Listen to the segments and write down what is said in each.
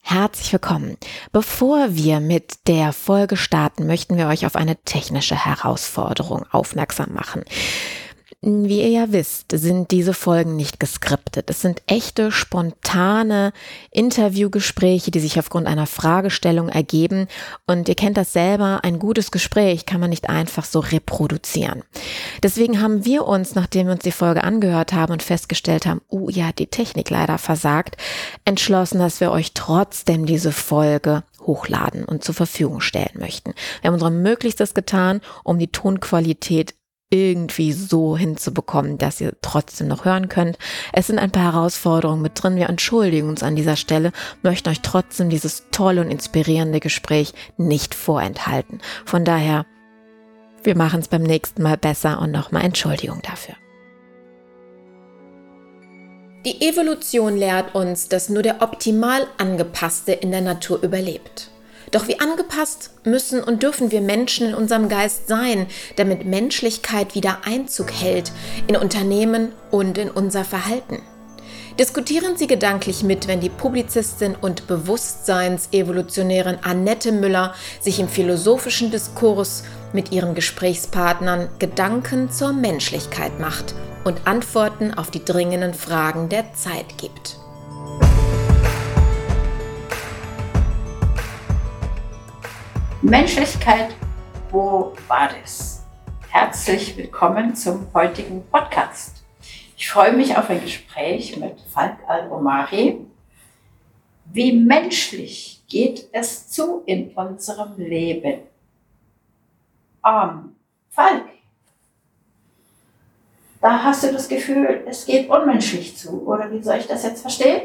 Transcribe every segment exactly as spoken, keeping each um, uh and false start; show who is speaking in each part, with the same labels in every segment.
Speaker 1: Herzlich willkommen. Bevor wir mit der Folge starten, möchten wir euch auf eine technische Herausforderung aufmerksam machen. Wie ihr ja wisst, sind diese Folgen nicht geskriptet. Es sind echte, spontane Interviewgespräche, die sich aufgrund einer Fragestellung ergeben. Und ihr kennt das selber, ein gutes Gespräch kann man nicht einfach so reproduzieren. Deswegen haben wir uns, nachdem wir uns die Folge angehört haben und festgestellt haben, oh ja, die Technik leider versagt, entschlossen, dass wir euch trotzdem diese Folge hochladen und zur Verfügung stellen möchten. Wir haben unser Möglichstes getan, um die Tonqualität irgendwie so hinzubekommen, dass ihr trotzdem noch hören könnt. Es sind ein paar Herausforderungen mit drin. Wir entschuldigen uns an dieser Stelle, möchten euch trotzdem dieses tolle und inspirierende Gespräch nicht vorenthalten. Von daher, wir machen es beim nächsten Mal besser und nochmal Entschuldigung dafür. Die Evolution lehrt uns, dass nur der optimal Angepasste in der Natur überlebt. Doch wie angepasst müssen und dürfen wir Menschen in unserem Geist sein, damit Menschlichkeit wieder Einzug hält in Unternehmen und in unser Verhalten? Diskutieren Sie gedanklich mit, wenn die Publizistin und Bewusstseinsevolutionärin Annette Müller sich im philosophischen Diskurs mit ihren Gesprächspartnern Gedanken zur Menschlichkeit macht und Antworten auf die dringenden Fragen der Zeit gibt.
Speaker 2: Menschlichkeit, wo war das? Herzlich willkommen zum heutigen Podcast. Ich freue mich auf ein Gespräch mit Falk Al-Omari. Wie menschlich geht es zu in unserem Leben? Ähm, Falk, da hast du das Gefühl, es geht unmenschlich zu, oder wie soll ich das jetzt verstehen?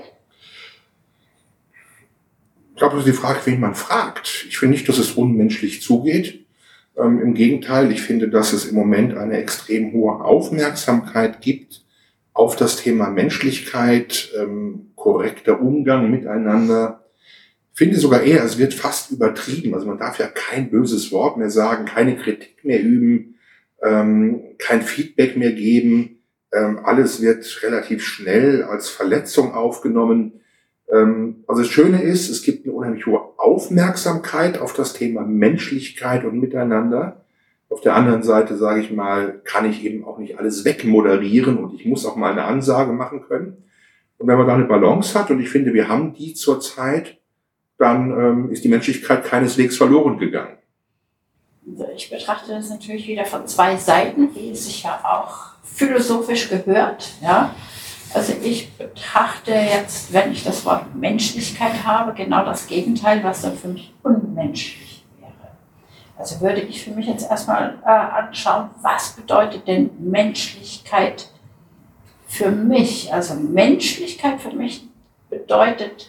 Speaker 3: Ich glaube, das ist die Frage, wen man fragt. Ich finde nicht, dass es unmenschlich zugeht. Ähm, Im Gegenteil, ich finde, dass es im Moment eine extrem hohe Aufmerksamkeit gibt auf das Thema Menschlichkeit, ähm, korrekter Umgang miteinander. Ich finde sogar eher, es wird fast übertrieben. Also man darf ja kein böses Wort mehr sagen, keine Kritik mehr üben, ähm, kein Feedback mehr geben. Ähm, alles wird relativ schnell als Verletzung aufgenommen. Also das Schöne ist, es gibt eine unheimlich hohe Aufmerksamkeit auf das Thema Menschlichkeit und Miteinander. Auf der anderen Seite, sage ich mal, kann ich eben auch nicht alles wegmoderieren und ich muss auch mal eine Ansage machen können. Und wenn man da eine Balance hat, und ich finde, wir haben die zurzeit, dann ähm, ist die Menschlichkeit keineswegs verloren gegangen.
Speaker 2: Ich betrachte das natürlich wieder von zwei Seiten, wie es sich ja auch philosophisch gehört, ja. Also ich betrachte jetzt, wenn ich das Wort Menschlichkeit habe, genau das Gegenteil, was dann für mich unmenschlich wäre. Also würde ich für mich jetzt erstmal äh, anschauen, was bedeutet denn Menschlichkeit für mich? Also Menschlichkeit für mich bedeutet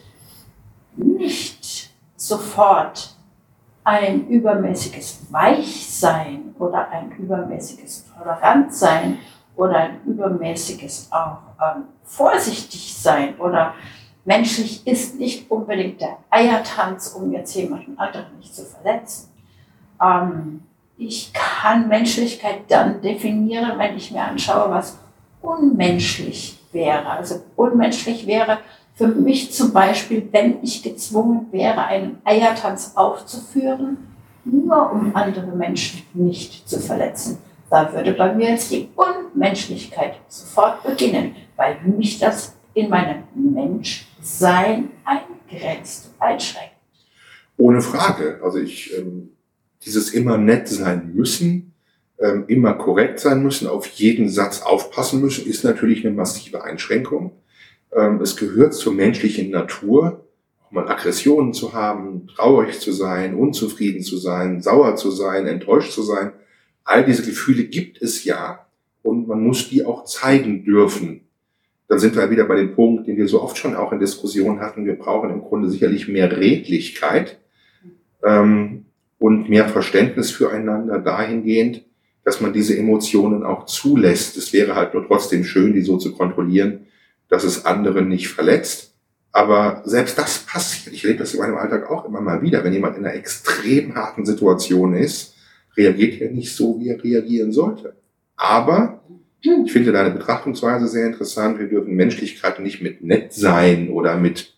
Speaker 2: nicht sofort ein übermäßiges Weichsein oder ein übermäßiges Toleranzsein oder ein übermäßiges auch ähm, vorsichtig sein oder menschlich ist nicht unbedingt der Eiertanz, um jetzt jemanden anderen nicht zu verletzen. Ähm, ich kann Menschlichkeit dann definieren, wenn ich mir anschaue, was unmenschlich wäre. Also unmenschlich wäre für mich zum Beispiel, wenn ich gezwungen wäre, einen Eiertanz aufzuführen, nur um andere Menschen nicht zu verletzen. Da würde bei mir jetzt die Unmenschlichkeit sofort beginnen, weil mich das in meinem Menschsein eingrenzt, einschränkt.
Speaker 3: Ohne Frage. Also ich, ähm, dieses immer nett sein müssen, ähm, immer korrekt sein müssen, auf jeden Satz aufpassen müssen, ist natürlich eine massive Einschränkung. Ähm, es gehört zur menschlichen Natur, auch mal Aggressionen zu haben, traurig zu sein, unzufrieden zu sein, sauer zu sein, enttäuscht zu sein. All diese Gefühle gibt es ja und man muss die auch zeigen dürfen. Dann sind wir wieder bei dem Punkt, den wir so oft schon auch in Diskussionen hatten. Wir brauchen im Grunde sicherlich mehr Redlichkeit ähm, und mehr Verständnis füreinander dahingehend, dass man diese Emotionen auch zulässt. Es wäre halt nur trotzdem schön, die so zu kontrollieren, dass es andere nicht verletzt. Aber selbst das passiert. Ich erlebe das in meinem Alltag auch immer mal wieder. Wenn jemand in einer extrem harten Situation ist, reagiert er nicht so, wie er reagieren sollte. Aber ich finde deine Betrachtungsweise sehr interessant. Wir dürfen Menschlichkeit nicht mit nett sein oder mit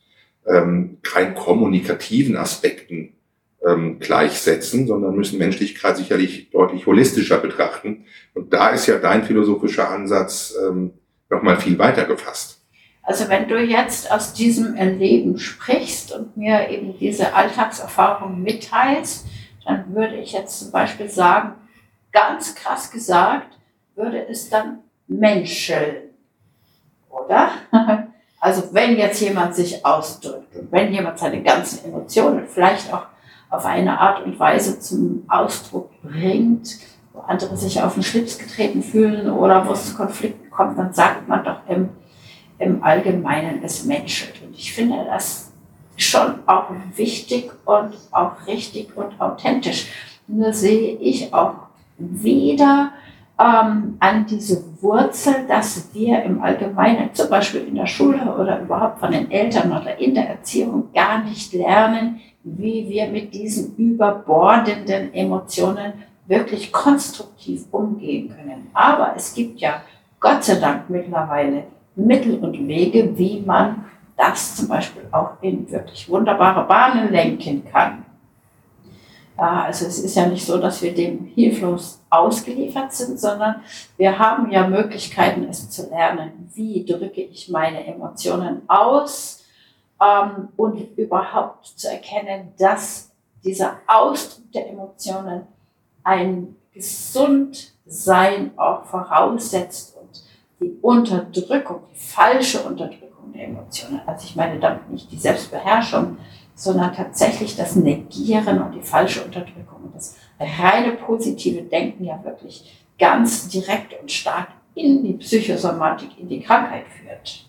Speaker 3: ähm, keinen kommunikativen Aspekten ähm, gleichsetzen, sondern müssen Menschlichkeit sicherlich deutlich holistischer betrachten. Und da ist ja dein philosophischer Ansatz ähm, nochmal viel weiter gefasst.
Speaker 2: Also wenn du jetzt aus diesem Erleben sprichst und mir eben diese Alltagserfahrung mitteilst, dann würde ich jetzt zum Beispiel sagen, ganz krass gesagt, würde es dann menscheln, oder? Also wenn jetzt jemand sich ausdrückt und wenn jemand seine ganzen Emotionen vielleicht auch auf eine Art und Weise zum Ausdruck bringt, wo andere sich auf den Schlips getreten fühlen oder wo es zu Konflikten kommt, dann sagt man doch im, im Allgemeinen, es menschelt. Und ich finde das schon auch wichtig und auch richtig und authentisch. Nur sehe ich auch wieder ähm, an diese Wurzel, dass wir im Allgemeinen, zum Beispiel in der Schule oder überhaupt von den Eltern oder in der Erziehung, gar nicht lernen, wie wir mit diesen überbordenden Emotionen wirklich konstruktiv umgehen können. Aber es gibt ja Gott sei Dank mittlerweile Mittel und Wege, wie man das zum Beispiel auch in wirklich wunderbare Bahnen lenken kann. Ja, also es ist ja nicht so, dass wir dem hilflos ausgeliefert sind, sondern wir haben ja Möglichkeiten, es zu lernen. Wie drücke ich meine Emotionen aus? Ähm, und überhaupt zu erkennen, dass dieser Ausdruck der Emotionen ein Gesundsein auch voraussetzt und die Unterdrückung, die falsche Unterdrückung der Emotionen, also ich meine damit nicht die Selbstbeherrschung, sondern tatsächlich das Negieren und die falsche Unterdrückung und das reine positive Denken ja wirklich ganz direkt und stark in die Psychosomatik, in die Krankheit führt.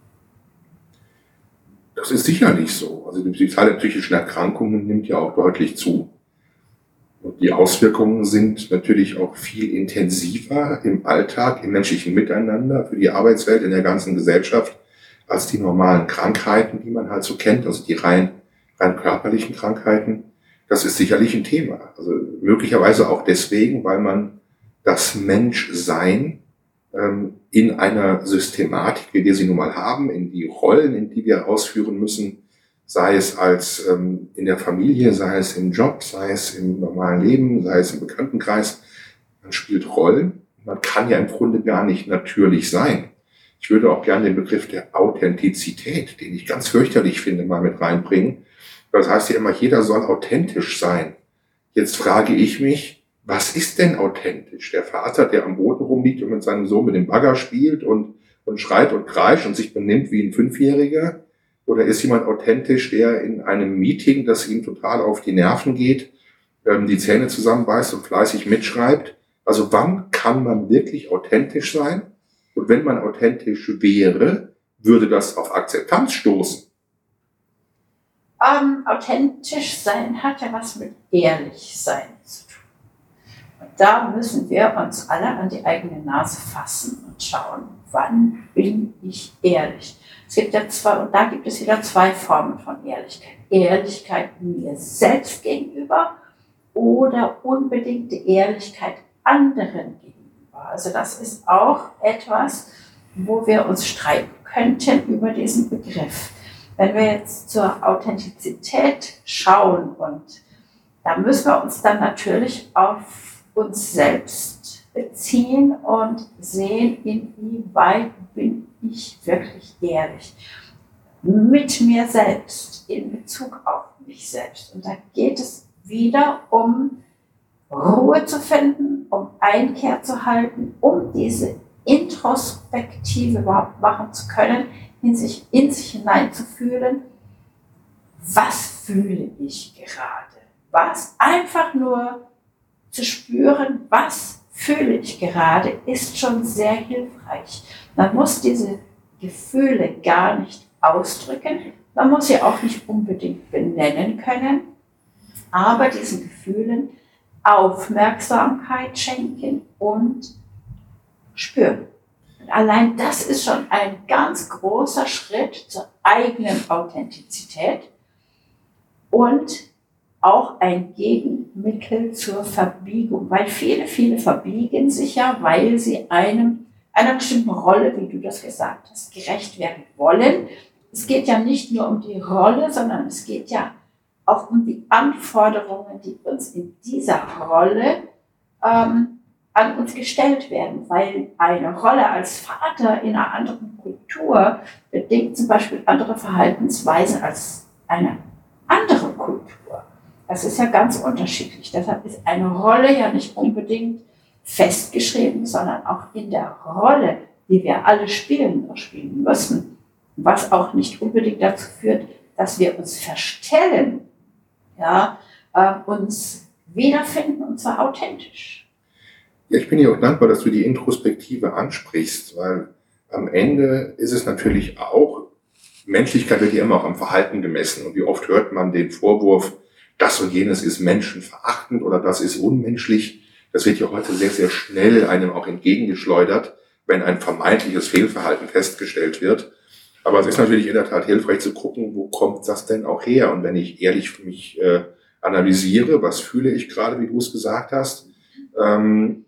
Speaker 3: Das ist sicherlich so. Also die Zahl der psychischen Erkrankungen nimmt ja auch deutlich zu. Und die Auswirkungen sind natürlich auch viel intensiver im Alltag, im menschlichen Miteinander, für die Arbeitswelt, in der ganzen Gesellschaft, als die normalen Krankheiten, die man halt so kennt, also die rein, rein körperlichen Krankheiten. Das ist sicherlich ein Thema. Also möglicherweise auch deswegen, weil man das Menschsein in einer Systematik, wie wir sie nun mal haben, in die Rollen, in die wir ausführen müssen, sei es als ähm, in der Familie, sei es im Job, sei es im normalen Leben, sei es im Bekanntenkreis. Man spielt Rollen. Man kann ja im Grunde gar nicht natürlich sein. Ich würde auch gerne den Begriff der Authentizität, den ich ganz fürchterlich finde, mal mit reinbringen. Das heißt ja immer, jeder soll authentisch sein. Jetzt frage ich mich, was ist denn authentisch? Der Vater, der am Boden rumliegt und mit seinem Sohn mit dem Bagger spielt und, und schreit und kreischt und sich benimmt wie ein Fünfjähriger? Oder ist jemand authentisch, der in einem Meeting, das ihm total auf die Nerven geht, ähm, die Zähne zusammenbeißt und fleißig mitschreibt? Also wann kann man wirklich authentisch sein? Und wenn man authentisch wäre, würde das auf Akzeptanz stoßen?
Speaker 2: Ähm, authentisch sein hat ja was mit ehrlich sein zu tun. Und da müssen wir uns alle an die eigene Nase fassen und schauen, wann bin ich ehrlich. Es gibt ja zwei, und da gibt es wieder zwei Formen von Ehrlichkeit. Ehrlichkeit mir selbst gegenüber oder unbedingte Ehrlichkeit anderen gegenüber. Also das ist auch etwas, wo wir uns streiten könnten über diesen Begriff. Wenn wir jetzt zur Authentizität schauen, und da müssen wir uns dann natürlich auf uns selbst beziehen und sehen, inwieweit bin ich wirklich ehrlich mit mir selbst, in Bezug auf mich selbst. Und da geht es wieder um Ruhe zu finden, um Einkehr zu halten, um diese Introspektive überhaupt machen zu können, in sich, in sich hineinzufühlen, was fühle ich gerade? Was einfach nur zu spüren, was fühle ich gerade, ist schon sehr hilfreich. Man muss diese Gefühle gar nicht ausdrücken, man muss sie auch nicht unbedingt benennen können, aber diesen Gefühlen Aufmerksamkeit schenken und spüren. Und allein das ist schon ein ganz großer Schritt zur eigenen Authentizität und auch ein Gegenmittel zur Verbiegung, weil viele, viele verbiegen sich ja, weil sie einem, einer bestimmten Rolle, wie du das gesagt hast, gerecht werden wollen, es geht ja nicht nur um die Rolle, sondern es geht ja auch um die Anforderungen, die uns in dieser Rolle ähm, an uns gestellt werden, weil eine Rolle als Vater in einer anderen Kultur bedingt zum Beispiel andere Verhaltensweisen als eine andere Kultur. Das ist ja ganz unterschiedlich. Deshalb ist eine Rolle ja nicht unbedingt festgeschrieben, sondern auch in der Rolle, die wir alle spielen oder spielen müssen, was auch nicht unbedingt dazu führt, dass wir uns verstellen, ja, äh, uns wiederfinden, und zwar authentisch.
Speaker 3: Ja, ich bin dir auch dankbar, dass du die Introspektive ansprichst, weil am Ende ist es natürlich auch, Menschlichkeit wird ja immer auch am Verhalten gemessen. Und wie oft hört man den Vorwurf, das und jenes ist menschenverachtend oder das ist unmenschlich. Das wird ja heute sehr, sehr schnell einem auch entgegengeschleudert, wenn ein vermeintliches Fehlverhalten festgestellt wird. Aber es ist natürlich in der Tat hilfreich zu gucken, wo kommt das denn auch her? Und wenn ich ehrlich für mich äh, analysiere, was fühle ich gerade, wie du es gesagt hast, ähm,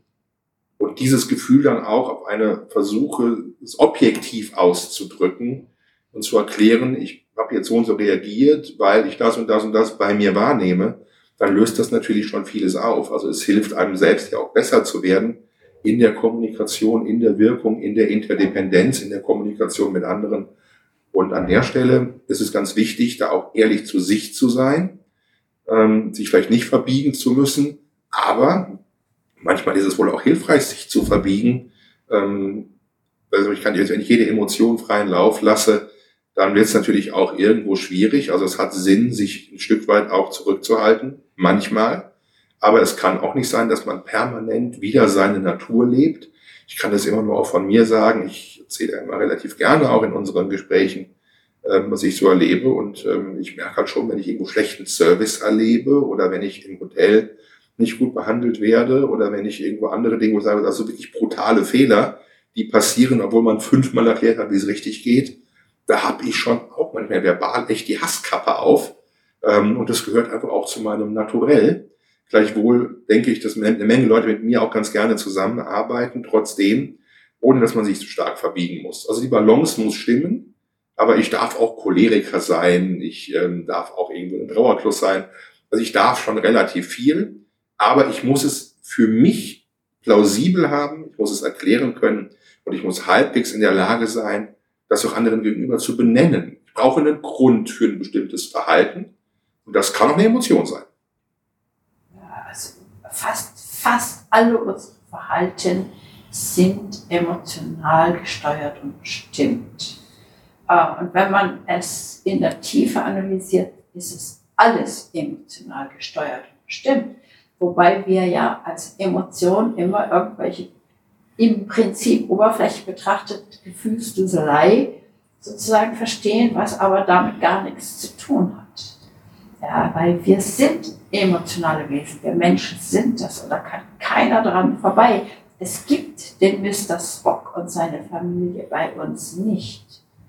Speaker 3: und dieses Gefühl dann auch auf eine versuche, es objektiv auszudrücken und zu erklären, ich habe jetzt so und so reagiert, weil ich das und das und das bei mir wahrnehme, dann löst das natürlich schon vieles auf. Also es hilft einem selbst ja auch besser zu werden in der Kommunikation, in der Wirkung, in der Interdependenz, in der Kommunikation mit anderen. Und an der Stelle ist es ganz wichtig, da auch ehrlich zu sich zu sein, ähm, sich vielleicht nicht verbiegen zu müssen, aber manchmal ist es wohl auch hilfreich, sich zu verbiegen. Ähm, also ich kann jetzt, wenn ich jede Emotion freien Lauf lasse, dann wird es natürlich auch irgendwo schwierig. Also es hat Sinn, sich ein Stück weit auch zurückzuhalten, manchmal. Aber es kann auch nicht sein, dass man permanent wieder seine Natur lebt. Ich kann das immer nur auch von mir sagen. Ich erzähle immer relativ gerne auch in unseren Gesprächen, ähm, was ich so erlebe. Und ähm, ich merke halt schon, wenn ich irgendwo schlechten Service erlebe oder wenn ich im Hotel nicht gut behandelt werde oder wenn ich irgendwo andere Dinge sage, also wirklich brutale Fehler, die passieren, obwohl man fünfmal erklärt hat, wie es richtig geht, da habe ich schon auch manchmal verbal echt die Hasskappe auf. Ähm, und das gehört einfach auch zu meinem Naturell. Gleichwohl denke ich, dass eine Menge Leute mit mir auch ganz gerne zusammenarbeiten, trotzdem, ohne dass man sich zu stark verbiegen muss. Also die Balance muss stimmen, aber ich darf auch Choleriker sein, ich ähm, darf auch irgendwo ein Trauerklos sein. Also ich darf schon relativ viel, aber ich muss es für mich plausibel haben, ich muss es erklären können und ich muss halbwegs in der Lage sein, das auch anderen gegenüber zu benennen. Ich brauche einen Grund für ein bestimmtes Verhalten und das kann auch eine Emotion sein.
Speaker 2: Also fast, fast alle unsere Verhalten sind emotional gesteuert und bestimmt. Und wenn man es in der Tiefe analysiert, ist es alles emotional gesteuert und bestimmt. Wobei wir ja als Emotion immer irgendwelche im Prinzip oberflächlich betrachtet Gefühlsduselei sozusagen verstehen, was aber damit gar nichts zu tun hat. Ja, weil wir sind emotionale Wesen, wir Menschen sind das und da kann keiner dran vorbei. Es gibt den Mister Spock und seine Familie bei uns nicht.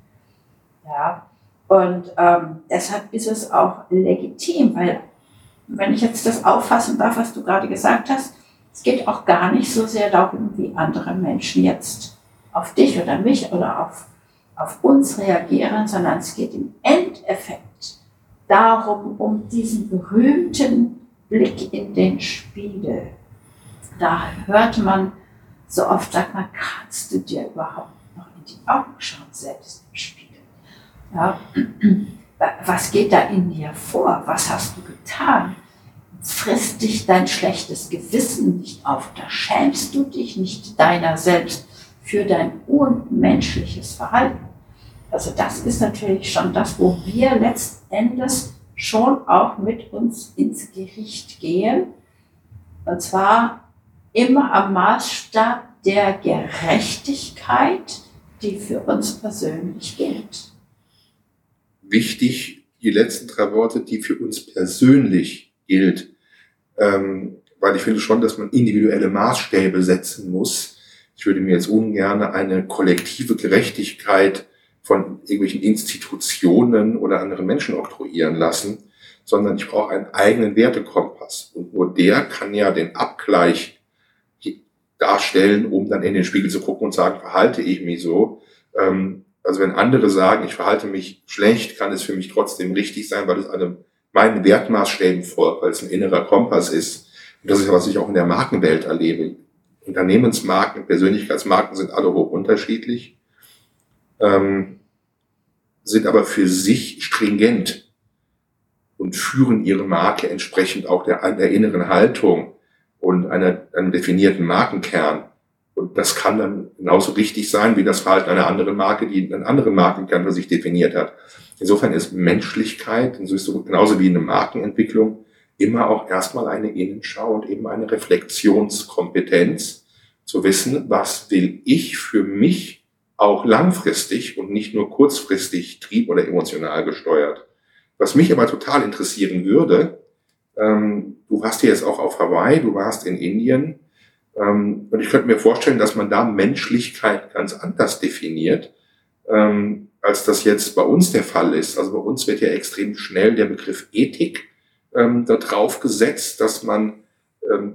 Speaker 2: Ja, und ähm, deshalb ist es auch legitim, weil wenn ich jetzt das auffassen darf, was du gerade gesagt hast, es geht auch gar nicht so sehr darum, wie andere Menschen jetzt auf dich oder mich oder auf, auf uns reagieren, sondern es geht im Endeffekt darum, um diesen berühmten Blick in den Spiegel. Da hört man so oft, sagt man, kannst du dir überhaupt noch in die Augen schauen, selbst im Spiegel? Ja. Was geht da in dir vor? Was hast du getan? Frisst dich dein schlechtes Gewissen nicht auf? Da schämst du dich nicht deiner selbst für dein unmenschliches Verhalten? Also das ist natürlich schon das, wo wir letzten Endes schon auch mit uns ins Gericht gehen. Und zwar immer am Maßstab der Gerechtigkeit, die für uns persönlich gilt.
Speaker 3: Wichtig, die letzten drei Worte, die für uns persönlich gilt. Ähm, weil ich finde schon, dass man individuelle Maßstäbe setzen muss. Ich würde mir jetzt ungern eine kollektive Gerechtigkeit von irgendwelchen Institutionen oder anderen Menschen oktroyieren lassen, sondern ich brauche einen eigenen Wertekompass. Und nur der kann ja den Abgleich darstellen, um dann in den Spiegel zu gucken und sagen, verhalte ich mich so. Ähm, Also wenn andere sagen, ich verhalte mich schlecht, kann es für mich trotzdem richtig sein, weil es einem meinen Wertmaßstäben folgt, weil es ein innerer Kompass ist. Und das ist ja, was ich auch in der Markenwelt erlebe. Unternehmensmarken, Persönlichkeitsmarken sind alle hoch unterschiedlich, ähm, sind aber für sich stringent und führen ihre Marke entsprechend auch der, der inneren Haltung und einer, einem definierten Markenkern. Und das kann dann genauso richtig sein, wie das Verhalten einer anderen Marke, die einen anderen Markenkern für sich definiert hat. Insofern ist Menschlichkeit, und so ist es genauso wie eine Markenentwicklung, immer auch erstmal eine Innenschau und eben eine Reflexionskompetenz, zu wissen, was will ich für mich auch langfristig und nicht nur kurzfristig trieb- oder emotional gesteuert. Was mich aber total interessieren würde, ähm, du warst ja jetzt auch auf Hawaii, du warst in Indien, ähm, und ich könnte mir vorstellen, dass man da Menschlichkeit ganz anders definiert, ähm, als das jetzt bei uns der Fall ist. Also bei uns wird ja extrem schnell der Begriff Ethik ähm, da drauf gesetzt, dass man ähm,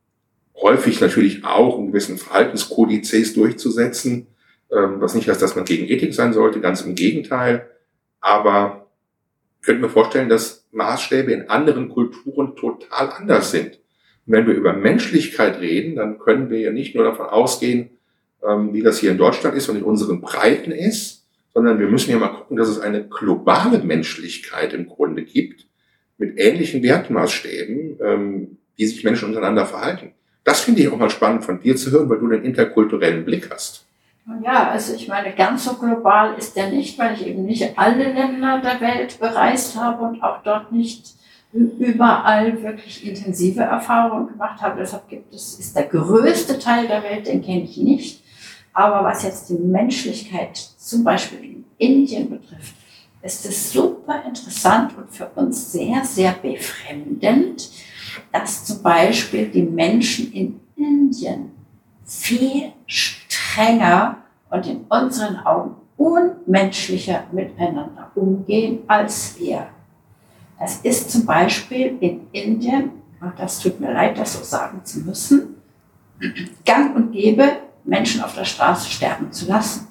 Speaker 3: häufig natürlich auch um gewissen Verhaltenskodizes durchzusetzen, ähm, was nicht heißt, dass man gegen Ethik sein sollte, ganz im Gegenteil. Aber ich könnte mir vorstellen, dass Maßstäbe in anderen Kulturen total anders sind. Und wenn wir über Menschlichkeit reden, dann können wir ja nicht nur davon ausgehen, ähm, wie das hier in Deutschland ist und in unseren Breiten ist, sondern wir müssen ja mal gucken, dass es eine globale Menschlichkeit im Grunde gibt, mit ähnlichen Wertmaßstäben, ähm, wie sich Menschen untereinander verhalten. Das finde ich auch mal spannend von dir zu hören, weil du den interkulturellen Blick hast.
Speaker 2: Ja, also ich meine, ganz so global ist der nicht, weil ich eben nicht alle Länder der Welt bereist habe und auch dort nicht überall wirklich intensive Erfahrungen gemacht habe. Deshalb gibt es, ist der größte Teil der Welt, den kenne ich nicht. Aber was jetzt die Menschlichkeit zum Beispiel in Indien betrifft, ist es super interessant und für uns sehr, sehr befremdend, dass zum Beispiel die Menschen in Indien viel strenger und in unseren Augen unmenschlicher miteinander umgehen als wir. Es ist zum Beispiel in Indien, und das tut mir leid, das so sagen zu müssen, gang und gäbe, Menschen auf der Straße sterben zu lassen.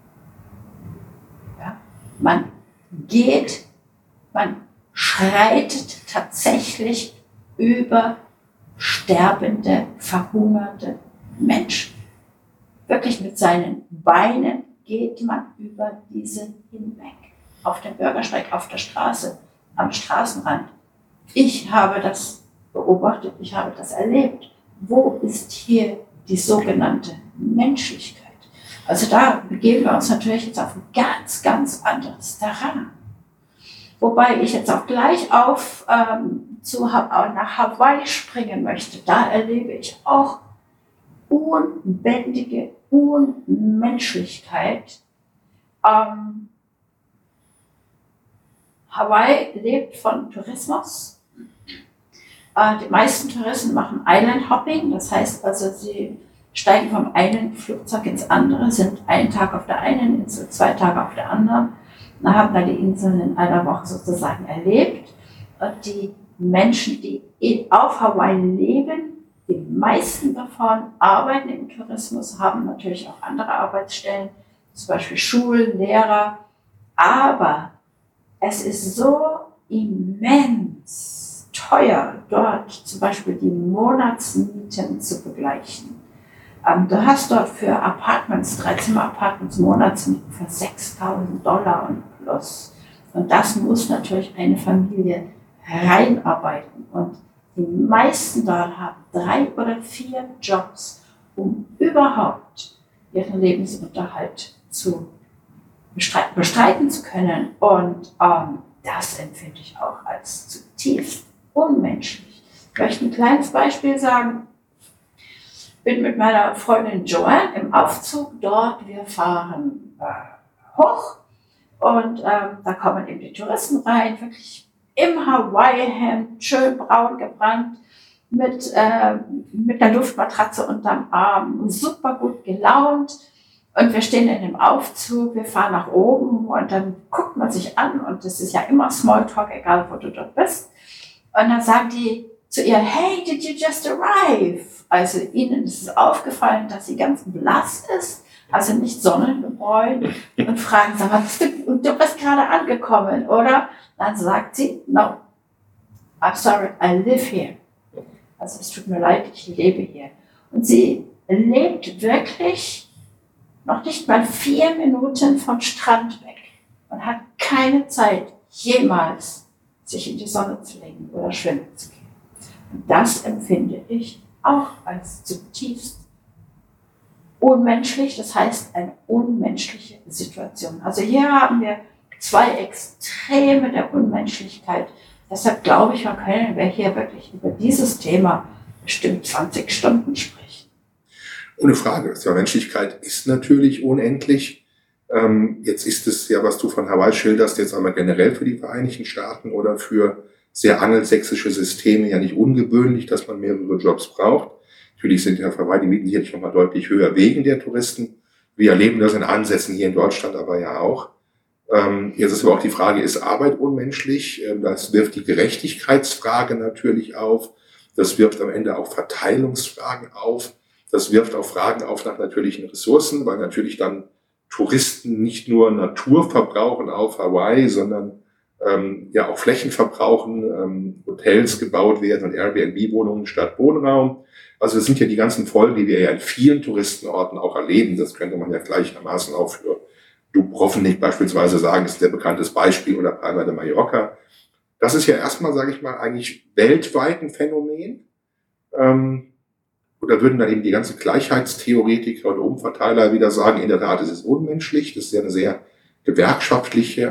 Speaker 2: Ja? Man geht, man schreitet tatsächlich über sterbende, verhungernde Menschen. Wirklich mit seinen Beinen geht man über diese hinweg. Auf dem Bürgersteig, auf der Straße, am Straßenrand. Ich habe das beobachtet, ich habe das erlebt. Wo ist hier die sogenannte Menschlichkeit? Also da begeben wir uns natürlich jetzt auf ein ganz, ganz anderes Terrain. Wobei ich jetzt auch gleich auf ähm, zu, nach Hawaii springen möchte. Da erlebe ich auch unbändige Unmenschlichkeit. Ähm, Hawaii lebt von Tourismus. Äh, die meisten Touristen machen Island Hopping, das heißt also, sie steigen vom einen Flugzeug ins andere, sind einen Tag auf der einen Insel, zwei Tage auf der anderen, und haben dann die Inseln in einer Woche sozusagen erlebt. Und die Menschen, die auf Hawaii leben, die meisten davon arbeiten im Tourismus, haben natürlich auch andere Arbeitsstellen, zum Beispiel Schulen, Lehrer, aber es ist so immens teuer, dort zum Beispiel die Monatsmieten zu begleichen. Ähm, du hast dort für Apartments, Dreizimmer-Apartments Monatsmieten für sechstausend Dollar und plus. Und das muss natürlich eine Familie reinarbeiten. Und die meisten dort haben drei oder vier Jobs, um überhaupt ihren Lebensunterhalt zu bestreiten, bestreiten zu können. Und ähm, das empfinde ich auch als zutiefst unmenschlich. Ich möchte ein kleines Beispiel sagen. Ich bin mit meiner Freundin Joanne im Aufzug dort. Wir fahren äh, hoch und ähm, da kommen eben die Touristen rein, wirklich im Hawaii-Hemd, schön braun gebrannt, mit, äh, mit einer Luftmatratze unterm Arm, super gut gelaunt. Und wir stehen in dem Aufzug, wir fahren nach oben und dann guckt man sich an und das ist ja immer Smalltalk, egal wo du dort bist. Und dann sagt die zu ihr, hey, did you just arrive? Also ihnen ist es aufgefallen, dass sie ganz blass ist, also nicht Sonnengebräu, und fragen, sag mal, bist du, und du bist gerade angekommen, oder? Dann sagt sie, no, I'm sorry, I live here. Also es tut mir leid, ich lebe hier. Und sie lebt wirklich noch nicht mal vier Minuten vom Strand weg und hat keine Zeit, jemals sich in die Sonne zu legen oder schwimmen zu gehen. Und das empfinde ich auch als zutiefst unmenschlich, das heißt eine unmenschliche Situation. Also hier haben wir zwei Extreme der Unmenschlichkeit. Deshalb glaube ich, man können wir hier wirklich über dieses Thema bestimmt zwanzig Stunden sprechen.
Speaker 3: Ohne Frage. Ja, Menschlichkeit ist natürlich unendlich. Ähm, jetzt ist es ja, was du von Hawaii schilderst, jetzt einmal generell für die Vereinigten Staaten oder für sehr angelsächsische Systeme ja nicht ungewöhnlich, dass man mehrere Jobs braucht. Natürlich sind ja auf Hawaii die Mieten hier nochmal deutlich höher wegen der Touristen. Wir erleben das in Ansätzen hier in Deutschland aber ja auch. Ähm, jetzt ist aber auch die Frage, ist Arbeit unmenschlich? Ähm, das wirft die Gerechtigkeitsfrage natürlich auf. Das wirft am Ende auch Verteilungsfragen auf. Das wirft auch Fragen auf nach natürlichen Ressourcen, weil natürlich dann Touristen nicht nur Natur verbrauchen auf Hawaii, sondern ähm, ja auch Flächen verbrauchen, ähm, Hotels gebaut werden und Airbnb-Wohnungen statt Wohnraum. Also das sind ja die ganzen Folgen, die wir ja in vielen Touristenorten auch erleben. Das könnte man ja gleichermaßen auch für Dubrovnik beispielsweise sagen, ist ein sehr bekanntes Beispiel, oder Palma de Mallorca. Das ist ja erstmal, sage ich mal, eigentlich weltweit ein Phänomen. Ähm, Oder würden dann eben die ganzen Gleichheitstheoretiker und Umverteiler wieder sagen, in der Tat, es ist unmenschlich. Das ist ja eine sehr gewerkschaftliche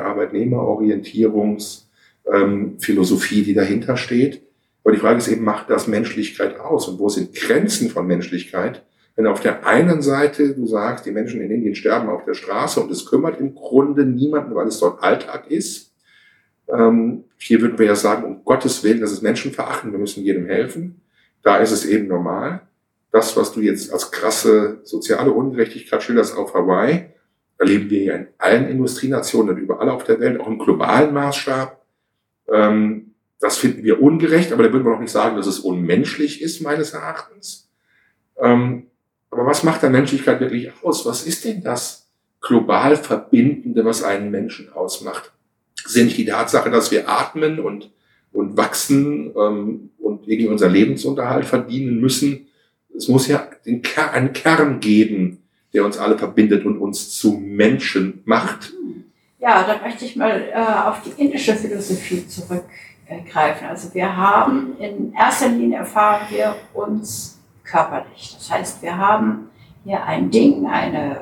Speaker 3: Arbeitnehmerorientierungsphilosophie, ähm, die dahinter steht. Aber die Frage ist eben, macht das Menschlichkeit aus? Und wo sind Grenzen von Menschlichkeit? Wenn auf der einen Seite du sagst, die Menschen in Indien sterben auf der Straße und es kümmert im Grunde niemanden, weil es dort Alltag ist. Ähm, hier würden wir ja sagen, um Gottes Willen, das ist Menschenverachten, wir müssen jedem helfen. Da ist es eben normal. Das, was du jetzt als krasse soziale Ungerechtigkeit schilderst auf Hawaii, erleben wir ja in allen Industrienationen und überall auf der Welt, auch im globalen Maßstab. Ähm, das finden wir ungerecht, aber da würden wir noch nicht sagen, dass es unmenschlich ist, meines Erachtens. Ähm, aber was macht dann Menschlichkeit wirklich aus? Was ist denn das global Verbindende, was einen Menschen ausmacht? Sind nicht die Tatsache, dass wir atmen und, und wachsen ähm, und irgendwie unser Lebensunterhalt verdienen müssen? Es muss ja den Ker- einen Kern geben, der uns alle verbindet und uns zu Menschen macht.
Speaker 2: Ja, da möchte ich mal äh, auf die indische Philosophie zurückgreifen. Also wir haben, in erster Linie erfahren wir uns körperlich. Das heißt, wir haben hier ein Ding, eine,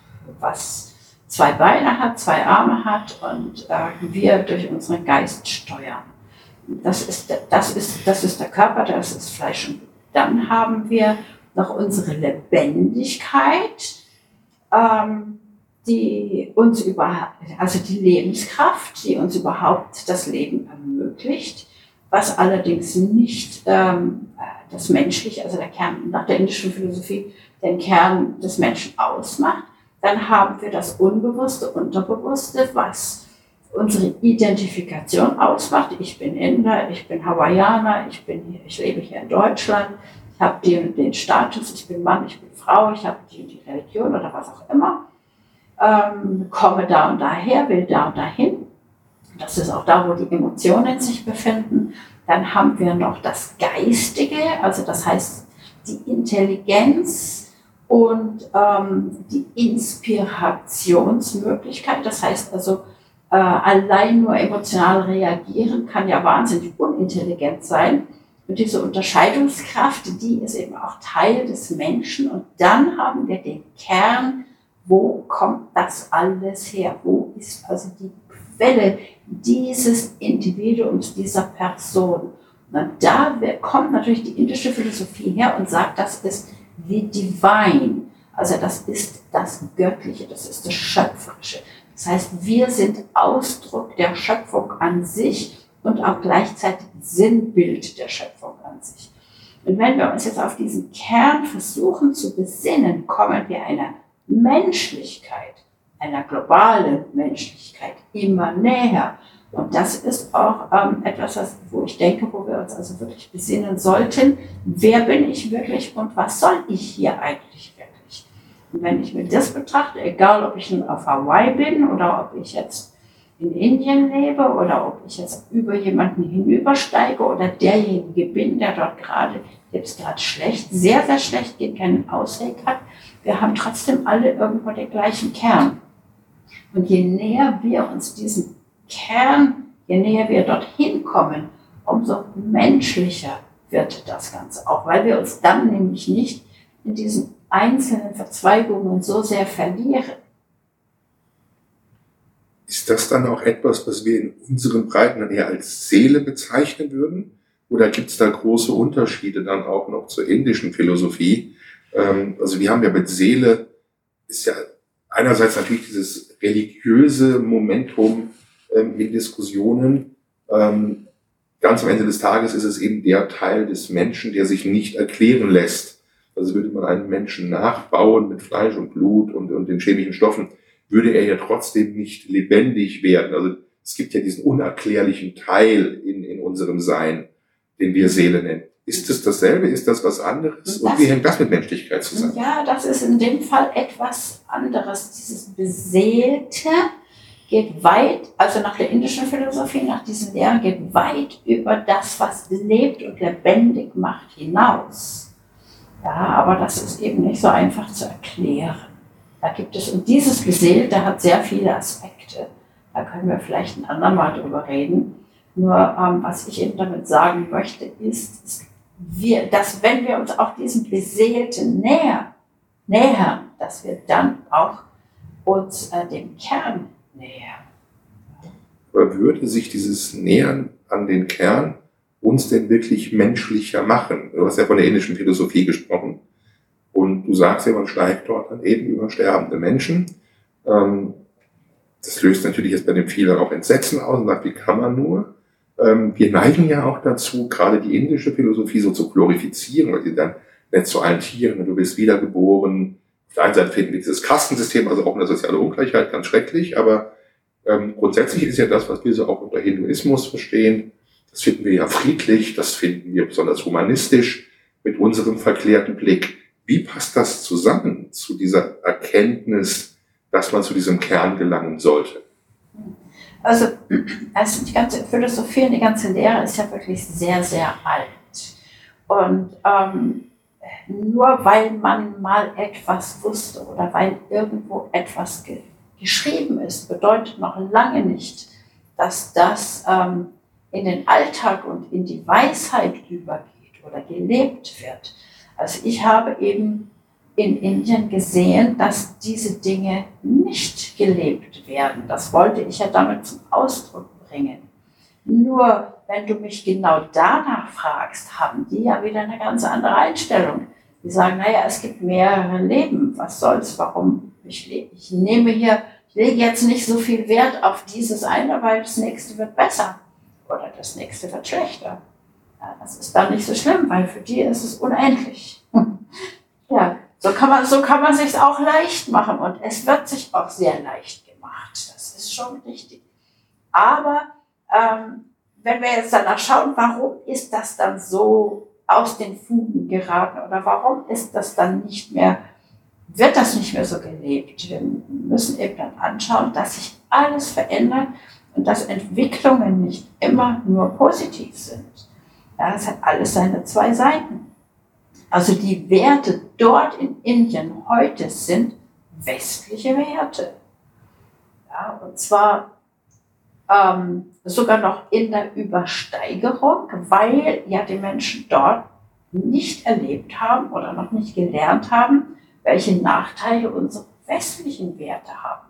Speaker 2: was zwei Beine hat, zwei Arme hat und äh, wir durch unseren Geist steuern. Das ist, das, ist, das ist der Körper, das ist Fleisch und Blut. Dann haben wir noch unsere Lebendigkeit, ähm, die uns über, also die Lebenskraft, die uns überhaupt das Leben ermöglicht, was allerdings nicht ähm, das Menschliche, also der Kern nach der indischen Philosophie, den Kern des Menschen ausmacht. Dann haben wir das Unbewusste, Unterbewusste, was unsere Identifikation ausmacht. Ich bin Inder, ich bin Hawaiianer, ich bin hier, ich lebe hier in Deutschland, ich habe den, den Status, ich bin Mann, ich bin Frau, ich habe die, die Religion oder was auch immer, ähm, komme da und daher, will da und dahin. Das ist auch da, wo die Emotionen sich befinden. Dann haben wir noch das Geistige, also das heißt die Intelligenz und ähm, die Inspirationsmöglichkeit. Das heißt also, äh, allein nur emotional reagieren kann ja wahnsinnig unintelligent sein. Und diese Unterscheidungskraft, die ist eben auch Teil des Menschen. Und dann haben wir den Kern, wo kommt das alles her? Wo ist also die Quelle dieses Individuums, dieser Person? Und da kommt natürlich die indische Philosophie her und sagt, das ist the divine, also das ist das Göttliche, das ist das Schöpferische. Das heißt, wir sind Ausdruck der Schöpfung an sich und auch gleichzeitig Sinnbild der Schöpfung an sich. Und wenn wir uns jetzt auf diesen Kern versuchen zu besinnen, kommen wir einer Menschlichkeit, einer globalen Menschlichkeit immer näher. Und das ist auch ähm, etwas, was, wo ich denke, wo wir uns also wirklich besinnen sollten. Wer bin ich wirklich und was soll ich hier eigentlich wirklich? Und wenn ich mir das betrachte, egal ob ich nun auf Hawaii bin oder ob ich jetzt in Indien lebe oder ob ich jetzt über jemanden hinübersteige oder derjenige bin, der dort gerade, jetzt gerade schlecht, sehr, sehr schlecht geht, keinen Ausweg hat, wir haben trotzdem alle irgendwo den gleichen Kern. Und je näher wir uns diesem Kern, je näher wir dorthin kommen, umso menschlicher wird das Ganze auch, weil wir uns dann nämlich nicht in diesen einzelnen Verzweigungen so sehr verlieren.
Speaker 3: Ist das dann auch etwas, was wir in unseren Breiten dann eher als Seele bezeichnen würden? Oder gibt es da große Unterschiede dann auch noch zur indischen Philosophie? Ähm, also wir haben ja mit Seele, ist ja einerseits natürlich dieses religiöse Momentum ähm, in Diskussionen. Ähm, ganz am Ende des Tages ist es eben der Teil des Menschen, der sich nicht erklären lässt. Also würde man einen Menschen nachbauen mit Fleisch und Blut und, und den chemischen Stoffen, würde er ja trotzdem nicht lebendig werden. Also es gibt ja diesen unerklärlichen Teil in, in unserem Sein, den wir Seele nennen. Ist das dasselbe? Ist das was anderes?
Speaker 2: Das,
Speaker 3: und wie hängt das mit Menschlichkeit zusammen?
Speaker 2: Ja, das ist in dem Fall etwas anderes. Dieses Beseelte geht weit, also nach der indischen Philosophie, nach diesen Lehren, geht weit über das, was lebt und lebendig macht, hinaus. Ja, aber das ist eben nicht so einfach zu erklären. Da gibt es, und dieses Beseelte hat sehr viele Aspekte. Da können wir vielleicht ein andermal drüber reden. Nur, ähm, was ich eben damit sagen möchte, ist, ist wir, dass wenn wir uns auch diesem Beseelten näher, nähern, dass wir dann auch uns äh, dem Kern nähern.
Speaker 3: Aber würde sich dieses Nähern an den Kern uns denn wirklich menschlicher machen? Du hast ja von der indischen Philosophie gesprochen. Und du sagst ja, man steigt dort dann eben über sterbende Menschen. Das löst natürlich jetzt bei den vielen auch Entsetzen aus und sagt, wie kann man nur? Wir neigen ja auch dazu, gerade die indische Philosophie so zu glorifizieren, weil sie dann nett zu allen Tieren, du bist wiedergeboren. Auf der einen Seite finden wir dieses Kastensystem, also auch eine soziale Ungleichheit, ganz schrecklich, aber ähm, grundsätzlich ist ja das, was wir so auch unter Hinduismus verstehen, das finden wir ja friedlich, das finden wir besonders humanistisch mit unserem verklärten Blick. Wie passt das zusammen zu dieser Erkenntnis, dass man zu diesem Kern gelangen sollte?
Speaker 2: Also, also die ganze Philosophie und die ganze Lehre ist ja wirklich sehr, sehr alt. Und ähm, nur weil man mal etwas wusste oder weil irgendwo etwas ge- geschrieben ist, bedeutet noch lange nicht, dass das ähm, in den Alltag und in die Weisheit übergeht oder gelebt wird. Also ich habe eben in Indien gesehen, dass diese Dinge nicht gelebt werden. Das wollte ich ja damit zum Ausdruck bringen. Nur wenn du mich genau danach fragst, haben die ja wieder eine ganz andere Einstellung. Die sagen, naja, es gibt mehrere Leben, was soll's, warum ich lebe. Ich nehme hier, ich lege jetzt nicht so viel Wert auf dieses eine, weil das nächste wird besser oder das nächste wird schlechter. Ja, das ist dann nicht so schlimm, weil für die ist es unendlich. Ja, so kann man, so kann man sich's auch leicht machen und es wird sich auch sehr leicht gemacht. Das ist schon richtig. Aber ähm, wenn wir jetzt danach schauen, warum ist das dann so aus den Fugen geraten oder warum ist das dann nicht mehr, wird das nicht mehr so gelebt? Wir müssen eben dann anschauen, dass sich alles verändert und dass Entwicklungen nicht immer nur positiv sind. Ja, es hat alles seine zwei Seiten. Also die Werte dort in Indien heute sind westliche Werte. Ja, und zwar ähm, sogar noch in der Übersteigerung, weil ja die Menschen dort nicht erlebt haben oder noch nicht gelernt haben, welche Nachteile unsere westlichen Werte haben.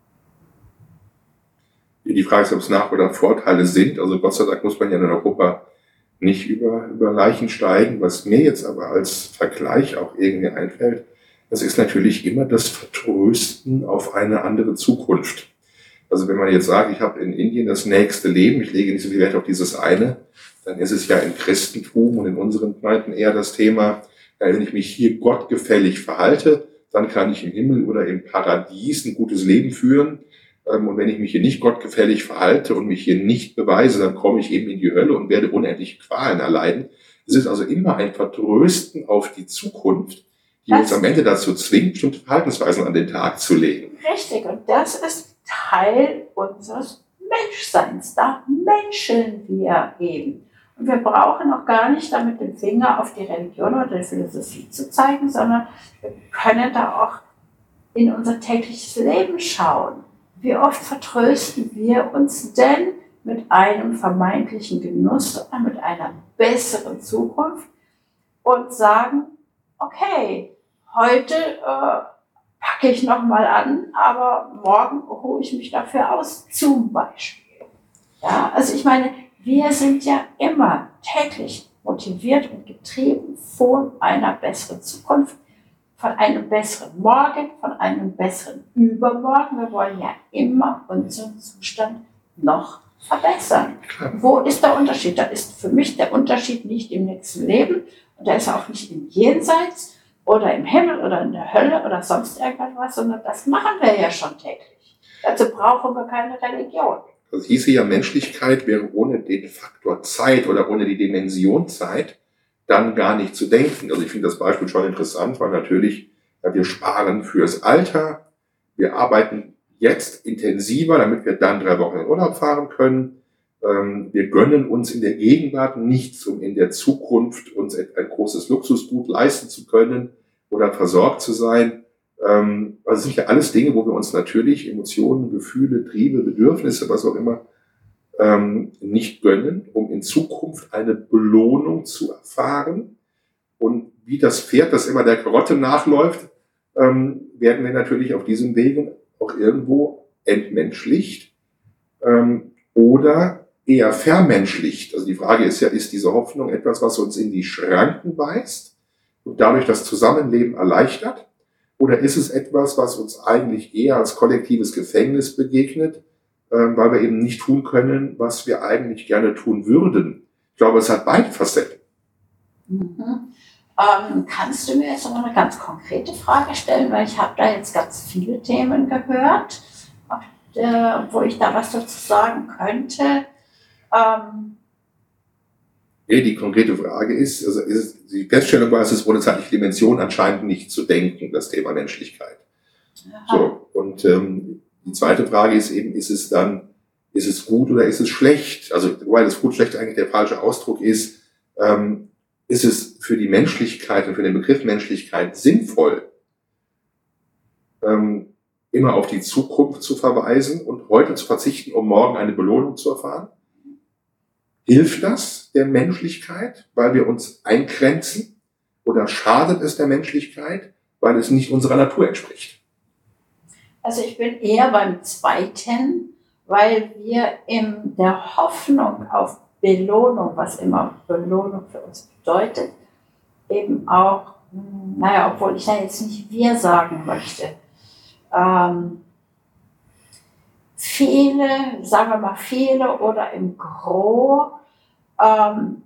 Speaker 3: Die Frage ist, ob es Nach- oder Vorteile sind. Also Gott sei Dank muss man ja in Europa nicht über, über Leichen steigen. Was mir jetzt aber als Vergleich auch irgendwie einfällt, das ist natürlich immer das Vertrösten auf eine andere Zukunft. Also wenn man jetzt sagt, ich habe in Indien das nächste Leben, ich lege nicht so viel Wert auf dieses eine, dann ist es ja im Christentum und in unseren Breiten eher das Thema, wenn ich mich hier gottgefällig verhalte, dann kann ich im Himmel oder im Paradies ein gutes Leben führen. Und wenn ich mich hier nicht gottgefällig verhalte und mich hier nicht beweise, dann komme ich eben in die Hölle und werde unendliche Qualen erleiden. Es ist also immer ein Vertrösten auf die Zukunft, die das, uns am Ende dazu zwingt, bestimmte Verhaltensweisen an den Tag zu legen.
Speaker 2: Richtig, und das ist Teil unseres Menschseins. Da menscheln wir eben. Und wir brauchen auch gar nicht damit den Finger auf die Religion oder die Philosophie zu zeigen, sondern wir können da auch in unser tägliches Leben schauen. Wie oft vertrösten wir uns denn mit einem vermeintlichen Genuss oder mit einer besseren Zukunft und sagen, okay, heute äh, packe ich nochmal an, aber morgen ruhe ich mich dafür aus, zum Beispiel. Ja, also ich meine, wir sind ja immer täglich motiviert und getrieben von einer besseren Zukunft, von einem besseren Morgen, von einem besseren Übermorgen. Wir wollen ja immer unseren Zustand noch verbessern. Wo ist der Unterschied? Da ist für mich der Unterschied nicht im nächsten Leben und der ist auch nicht im Jenseits oder im Himmel oder in der Hölle oder sonst irgendwas, sondern das machen wir ja schon täglich. Dazu brauchen wir keine Religion.
Speaker 3: Das hieße ja, Menschlichkeit wäre ohne den Faktor Zeit oder ohne die Dimension Zeit dann gar nicht zu denken. Also ich finde das Beispiel schon interessant, weil natürlich, ja, wir sparen fürs Alter, wir arbeiten jetzt intensiver, damit wir dann drei Wochen in Urlaub fahren können. Ähm, wir gönnen uns in der Gegenwart nichts, um in der Zukunft uns ein großes Luxusgut leisten zu können oder versorgt zu sein. Ähm, also sind ja alles Dinge, wo wir uns natürlich Emotionen, Gefühle, Triebe, Bedürfnisse, was auch immer, ähm, nicht gönnen, um in Zukunft eine Belohnung zu erfahren. Und wie das Pferd, das immer der Karotte nachläuft, ähm, werden wir natürlich auf diesem Wege auch irgendwo entmenschlicht ähm, oder eher vermenschlicht. Also die Frage ist ja, ist diese Hoffnung etwas, was uns in die Schranken weist und dadurch das Zusammenleben erleichtert? Oder ist es etwas, was uns eigentlich eher als kollektives Gefängnis begegnet, ähm, weil wir eben nicht tun können, was wir eigentlich gerne tun würden? Ich glaube, es hat beide Facetten.
Speaker 2: Mhm. Ähm, kannst du mir jetzt noch eine ganz konkrete Frage stellen, weil ich habe da jetzt ganz viele Themen gehört, äh, wo ich da was dazu sagen könnte. Ähm,
Speaker 3: ja, die konkrete Frage ist, also ist, die Feststellung war, es ist ohne zeitliche Dimension anscheinend nicht zu denken, das Thema Menschlichkeit.
Speaker 2: Aha.
Speaker 3: So, und ähm, die zweite Frage ist eben, ist es dann, ist es gut oder ist es schlecht? Also, weil das gut, schlecht eigentlich der falsche Ausdruck ist, ähm, ist es für die Menschlichkeit und für den Begriff Menschlichkeit sinnvoll, ähm, immer auf die Zukunft zu verweisen und heute zu verzichten, um morgen eine Belohnung zu erfahren? Hilft das der Menschlichkeit, weil wir uns eingrenzen? Oder schadet es der Menschlichkeit, weil es nicht unserer Natur entspricht?
Speaker 2: Also ich bin eher beim Zweiten, weil wir in der Hoffnung auf Belohnung, was immer Belohnung für uns bedeutet, eben auch, naja, obwohl ich da jetzt nicht wir sagen möchte, ähm, viele, sagen wir mal viele oder im Gros, ähm,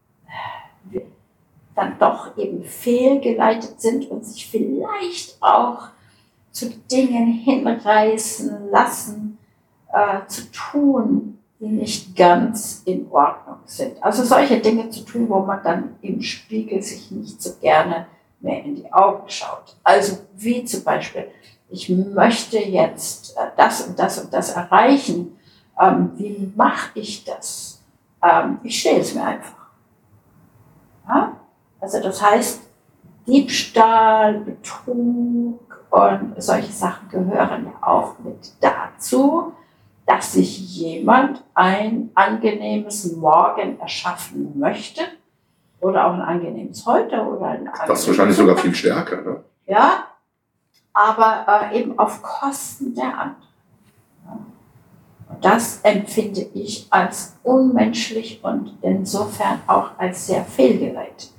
Speaker 2: dann doch eben fehlgeleitet sind und sich vielleicht auch zu Dingen hinreißen lassen, äh, zu tun, die nicht ganz in Ordnung sind. Also solche Dinge zu tun, wo man dann im Spiegel sich nicht so gerne mehr in die Augen schaut. Also wie zum Beispiel, ich möchte jetzt äh, das und das und das erreichen. Ähm, wie mache ich das? Ähm, ich stelle es mir einfach. Ja? Also das heißt, Diebstahl, Betrug und solche Sachen gehören ja auch mit dazu, dass sich jemand ein angenehmes Morgen erschaffen möchte oder auch ein angenehmes Heute oder ein angenehmes
Speaker 3: Das ist wahrscheinlich sogar viel stärker, ne?
Speaker 2: Ja, aber äh, eben auf Kosten der anderen. Ja. Und das empfinde ich als unmenschlich und insofern auch als sehr fehlgeleitet.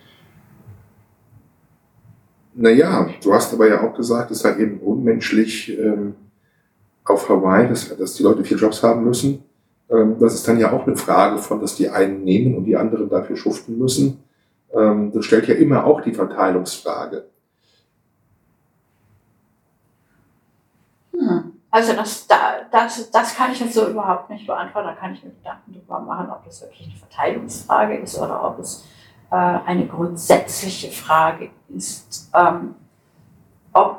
Speaker 3: Naja, du hast aber ja auch gesagt, es ist halt eben unmenschlich ähm, auf Hawaii, dass, dass die Leute vier Jobs haben müssen. Ähm, das ist dann ja auch eine Frage von, dass die einen nehmen und die anderen dafür schuften müssen. Ähm, das stellt ja immer auch die Verteilungsfrage.
Speaker 2: Hm. Also das, das, das kann ich jetzt so überhaupt nicht beantworten. Da kann ich mir Gedanken drüber machen, ob das wirklich eine Verteilungsfrage ist oder ob es äh, eine grundsätzliche Frage ist, ähm, ob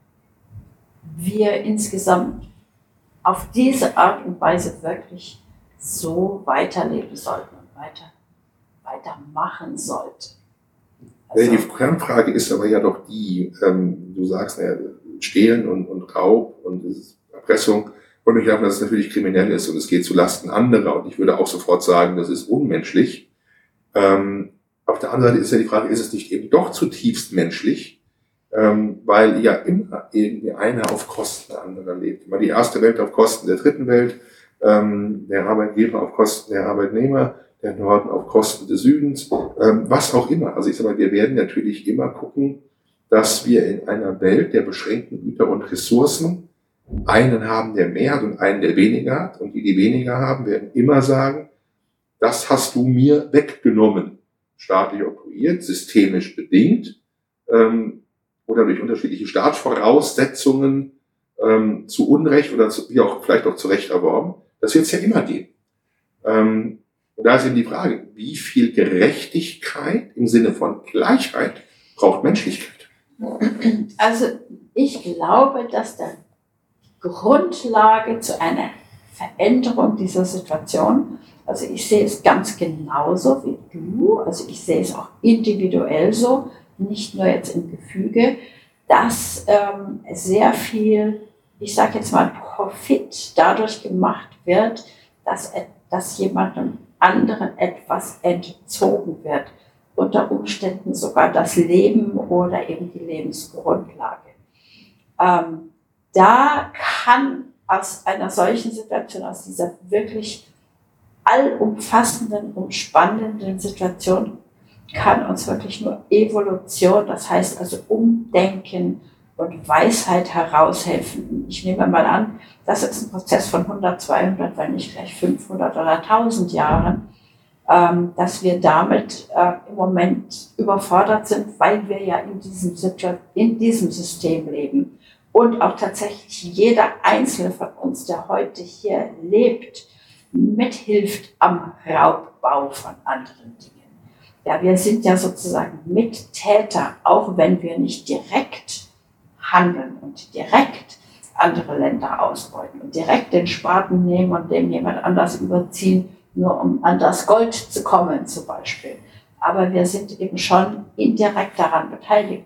Speaker 2: wir insgesamt auf diese Art und Weise wirklich so weiterleben sollten und weiter, weitermachen sollten.
Speaker 3: Also, die Kernfrage ist aber ja doch die, ähm, du sagst, ja, Stehlen und, und Raub und Erpressung, und ich glaube, dass es natürlich kriminell ist und es geht zu Lasten anderer, und ich würde auch sofort sagen, das ist unmenschlich. Ähm, auf der anderen Seite ist ja die Frage, ist es nicht eben doch zutiefst menschlich, ähm, weil ja immer irgendwie einer auf Kosten anderer lebt. Immer die erste Welt auf Kosten der dritten Welt, ähm, der Arbeitgeber auf Kosten der Arbeitnehmer, der Norden auf Kosten des Südens, ähm, was auch immer. Also ich sage mal, wir werden natürlich immer gucken, dass wir in einer Welt der beschränkten Güter und Ressourcen einen haben, der mehr hat und einen, der weniger hat. Und die, die weniger haben, werden immer sagen, das hast du mir weggenommen. Staatlich oktroyiert, systemisch bedingt ähm, oder durch unterschiedliche Staatsvoraussetzungen ähm, zu Unrecht oder zu, wie auch vielleicht auch zu Recht erworben. Das wird es ja immer geben. Ähm, Und da ist eben die Frage, wie viel Gerechtigkeit im Sinne von Gleichheit braucht Menschlichkeit?
Speaker 2: Also ich glaube, dass der Grundlage zu einer Veränderung dieser Situation, also ich sehe es ganz genauso wie du, also ich sehe es auch individuell so, nicht nur jetzt im Gefüge, dass ähm, sehr viel, ich sage jetzt mal, Profit dadurch gemacht wird, dass, dass jemandem anderen etwas entzogen wird, unter Umständen sogar das Leben oder eben die Lebensgrundlage. Ähm, da kann aus einer solchen Situation, aus dieser wirklich allumfassenden, umspannenden Situation, kann uns wirklich nur Evolution, das heißt also Umdenken und Weisheit heraushelfen. Ich nehme mal an, das ist ein Prozess von hundert, zweihundert, wenn nicht gleich fünfhundert oder tausend Jahren, ähm, dass wir damit äh, im Moment überfordert sind, weil wir ja in diesem, in diesem System leben. Und auch tatsächlich jeder Einzelne von uns, der heute hier lebt, mithilft am Raubbau von anderen Dingen. Ja, wir sind ja sozusagen Mittäter, auch wenn wir nicht direkt handeln und direkt andere Länder ausbeuten und direkt den Spaten nehmen und dem jemand anders überziehen, nur um an das Gold zu kommen zum Beispiel. Aber wir sind eben schon indirekt daran beteiligt.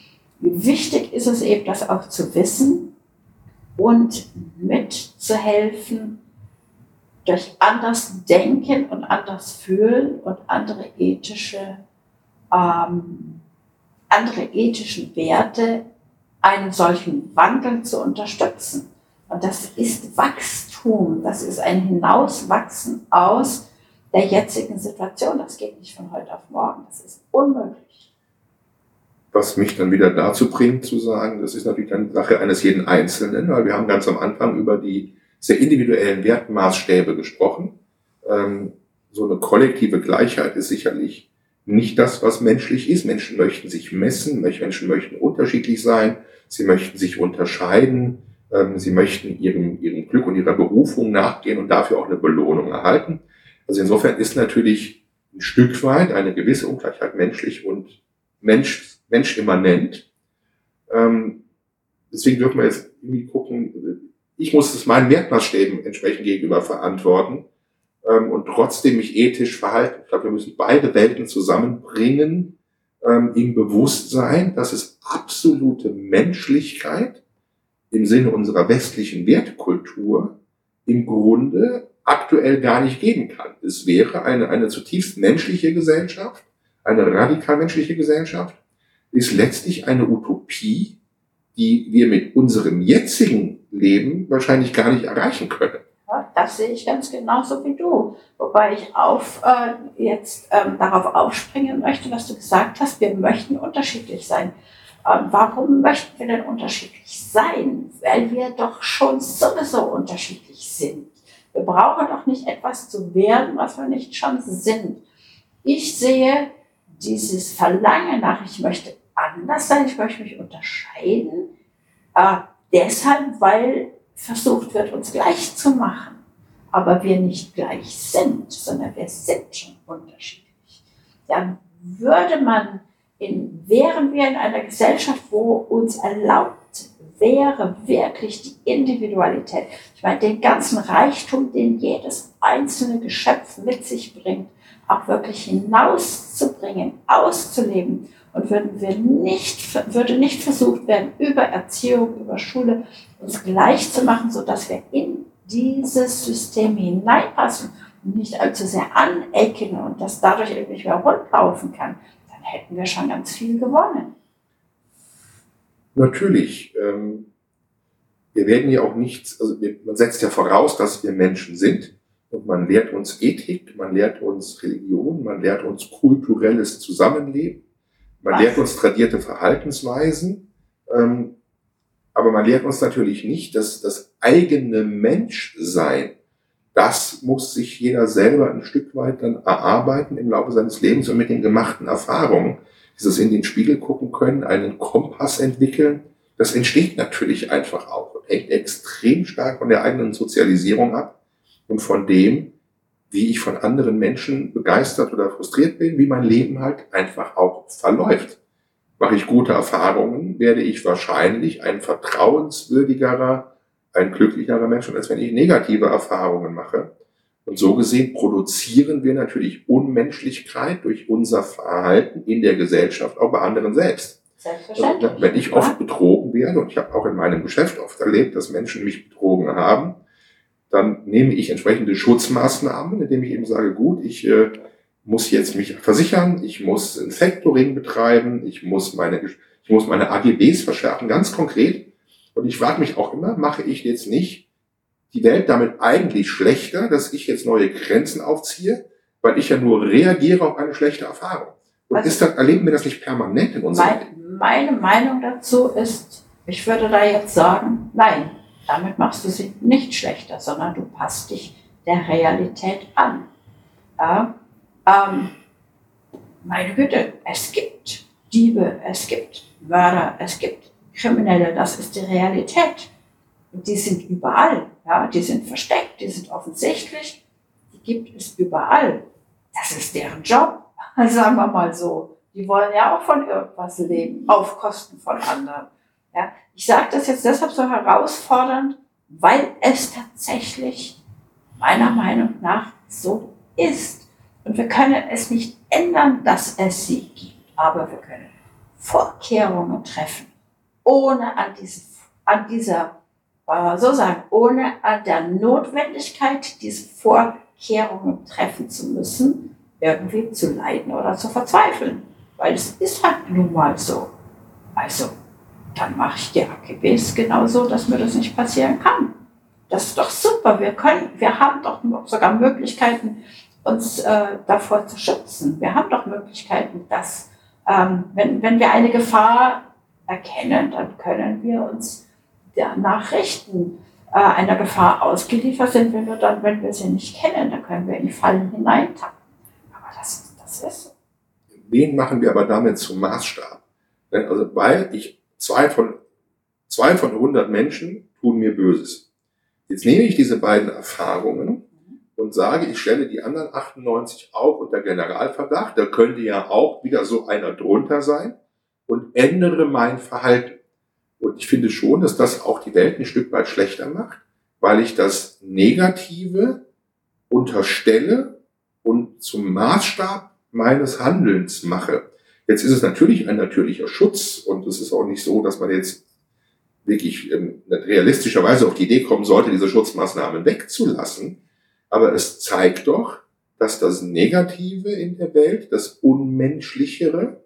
Speaker 2: Wichtig ist es eben, das auch zu wissen und mitzuhelfen, durch anders denken und anders fühlen und andere ethische, ähm, andere ethischen Werte, einen solchen Wandel zu unterstützen. Und das ist Wachstum, das ist ein Hinauswachsen aus der jetzigen Situation. Das geht nicht von heute auf morgen, das ist unmöglich.
Speaker 3: Was mich dann wieder dazu bringt, zu sagen, das ist natürlich eine Sache eines jeden Einzelnen, weil wir haben ganz am Anfang über die sehr individuellen Wertmaßstäbe gesprochen. Ähm, so eine kollektive Gleichheit ist sicherlich nicht das, was menschlich ist. Menschen möchten sich messen, Menschen möchten unterschiedlich sein, sie möchten sich unterscheiden, ähm, sie möchten ihrem, ihrem Glück und ihrer Berufung nachgehen und dafür auch eine Belohnung erhalten. Also insofern ist natürlich ein Stück weit eine gewisse Ungleichheit menschlich und Mensch, Mensch immanent. Ähm, deswegen dürfen wir jetzt irgendwie gucken, ich muss es meinen Wertmaßstäben entsprechend gegenüber verantworten ähm, und trotzdem mich ethisch verhalten. Ich glaube, wir müssen beide Welten zusammenbringen ähm, im Bewusstsein, dass es absolute Menschlichkeit im Sinne unserer westlichen Wertkultur im Grunde aktuell gar nicht geben kann. Es wäre eine, eine zutiefst menschliche Gesellschaft, eine radikal menschliche Gesellschaft, ist letztlich eine Utopie, die wir mit unserem jetzigen Leben wahrscheinlich gar nicht erreichen können.
Speaker 2: Ja, das sehe ich ganz genauso wie du. Wobei ich auf, äh, jetzt ähm, darauf aufspringen möchte, was du gesagt hast, wir möchten unterschiedlich sein. Ähm, warum möchten wir denn unterschiedlich sein? Weil wir doch schon sowieso unterschiedlich sind. Wir brauchen doch nicht etwas zu werden, was wir nicht schon sind. Ich sehe dieses Verlangen nach, ich möchte anders sein, ich möchte mich unterscheiden, äh, deshalb, weil versucht wird, uns gleich zu machen. Aber wir nicht gleich sind, sondern wir sind schon unterschiedlich. Ja, würde man, in, wären wir in einer Gesellschaft, wo uns erlaubt wäre, wirklich die Individualität, ich meine, den ganzen Reichtum, den jedes einzelne Geschöpf mit sich bringt, auch wirklich hinauszubringen, auszuleben, und würden wir nicht, würde nicht versucht werden, über Erziehung, über Schule uns gleich zu machen, sodass wir in dieses System hineinpassen und nicht allzu sehr anecken und das dadurch irgendwie nicht mehr rundlaufen kann, dann hätten wir schon ganz viel gewonnen.
Speaker 3: Natürlich. Ähm, wir werden ja auch nichts, also wir, man setzt ja voraus, dass wir Menschen sind, und man lehrt uns Ethik, man lehrt uns Religion, man lehrt uns kulturelles Zusammenleben, man Was? lehrt uns tradierte Verhaltensweisen, ähm, aber man lehrt uns natürlich nicht, dass das eigene Menschsein, das muss sich jeder selber ein Stück weit dann erarbeiten im Laufe seines Lebens und mit den gemachten Erfahrungen, dieses in den Spiegel gucken können, einen Kompass entwickeln, das entsteht natürlich einfach auch und hängt extrem stark von der eigenen Sozialisierung ab und von dem, wie ich von anderen Menschen begeistert oder frustriert bin, wie mein Leben halt einfach auch verläuft. Mache ich gute Erfahrungen, werde ich wahrscheinlich ein vertrauenswürdigerer, ein glücklicherer Mensch, als wenn ich negative Erfahrungen mache. Und so gesehen produzieren wir natürlich Unmenschlichkeit durch unser Verhalten in der Gesellschaft, auch bei anderen selbst.
Speaker 2: Selbstverständlich.
Speaker 3: Also, wenn ich oft betrogen werde, und ich habe auch in meinem Geschäft oft erlebt, dass Menschen mich betrogen haben, dann nehme ich entsprechende Schutzmaßnahmen, indem ich eben sage, gut, ich äh, muss jetzt mich versichern, ich muss ein Factoring betreiben, ich muss meine, ich muss meine A G Bs verschärfen, ganz konkret. Und ich frage mich auch immer, mache ich jetzt nicht die Welt damit eigentlich schlechter, dass ich jetzt neue Grenzen aufziehe, weil ich ja nur reagiere auf eine schlechte Erfahrung. Und also ist das, erleben wir das nicht permanent in unserem Leben?
Speaker 2: Meine Meinung dazu ist, ich würde da jetzt sagen, nein, damit machst du sie nicht schlechter, sondern du passt dich der Realität an. Ja, ähm, meine Güte, es gibt Diebe, es gibt Mörder, es gibt Kriminelle, das ist die Realität. Und die sind überall, ja, die sind versteckt, die sind offensichtlich, die gibt es überall. Das ist deren Job, sagen wir mal so. Die wollen ja auch von irgendwas leben, auf Kosten von anderen. Ja, ich sage das jetzt deshalb so herausfordernd, weil es tatsächlich meiner Meinung nach so ist. Und wir können es nicht ändern, dass es sie gibt, aber wir können Vorkehrungen treffen, ohne an, diese, an dieser, so sagen, ohne an der Notwendigkeit, diese Vorkehrungen treffen zu müssen, irgendwie zu leiden oder zu verzweifeln. Weil es ist halt nun mal so. Also, dann mache ich die A G Bs genauso, dass mir das nicht passieren kann. Das ist doch super. Wir können, wir haben doch sogar Möglichkeiten, uns äh, davor zu schützen. Wir haben doch Möglichkeiten, dass, ähm, wenn, wenn wir eine Gefahr erkennen, dann können wir uns danach richten. Äh, einer Gefahr ausgeliefert sind, wenn wir dann, wenn wir sie nicht kennen, dann können wir in Fallen hineintappen. Aber das, das ist so.
Speaker 3: Wen machen wir aber damit zum Maßstab? Also, weil ich zwei von, zwei von hundert Menschen tun mir Böses. Jetzt nehme ich diese beiden Erfahrungen und sage, ich stelle die anderen achtundneunzig auch unter Generalverdacht. Da könnte ja auch wieder so einer drunter sein und ändere mein Verhalten. Und ich finde schon, dass das auch die Welt ein Stück weit schlechter macht, weil ich das Negative unterstelle und zum Maßstab meines Handelns mache. Jetzt ist es natürlich ein natürlicher Schutz und es ist auch nicht so, dass man jetzt wirklich ähm, realistischerweise auf die Idee kommen sollte, diese Schutzmaßnahmen wegzulassen. Aber es zeigt doch, dass das Negative in der Welt, das Unmenschlichere,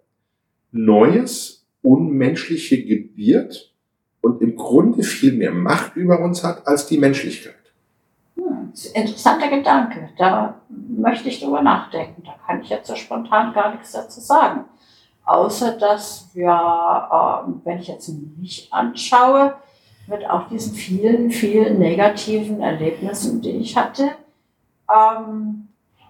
Speaker 3: Neues, Unmenschliche gebiert und im Grunde viel mehr Macht über uns hat als die Menschlichkeit.
Speaker 2: Hm, das ist ein interessanter Gedanke. Da möchte ich drüber nachdenken. Da kann ich jetzt so spontan gar nichts dazu sagen. Außer dass, ja, äh, wenn ich jetzt mich anschaue, mit auch diesen vielen, vielen negativen Erlebnissen, die ich hatte, ähm,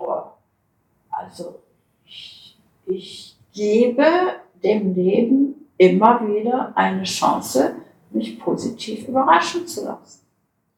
Speaker 2: also ich, ich gebe dem Leben immer wieder eine Chance, mich positiv überraschen zu lassen.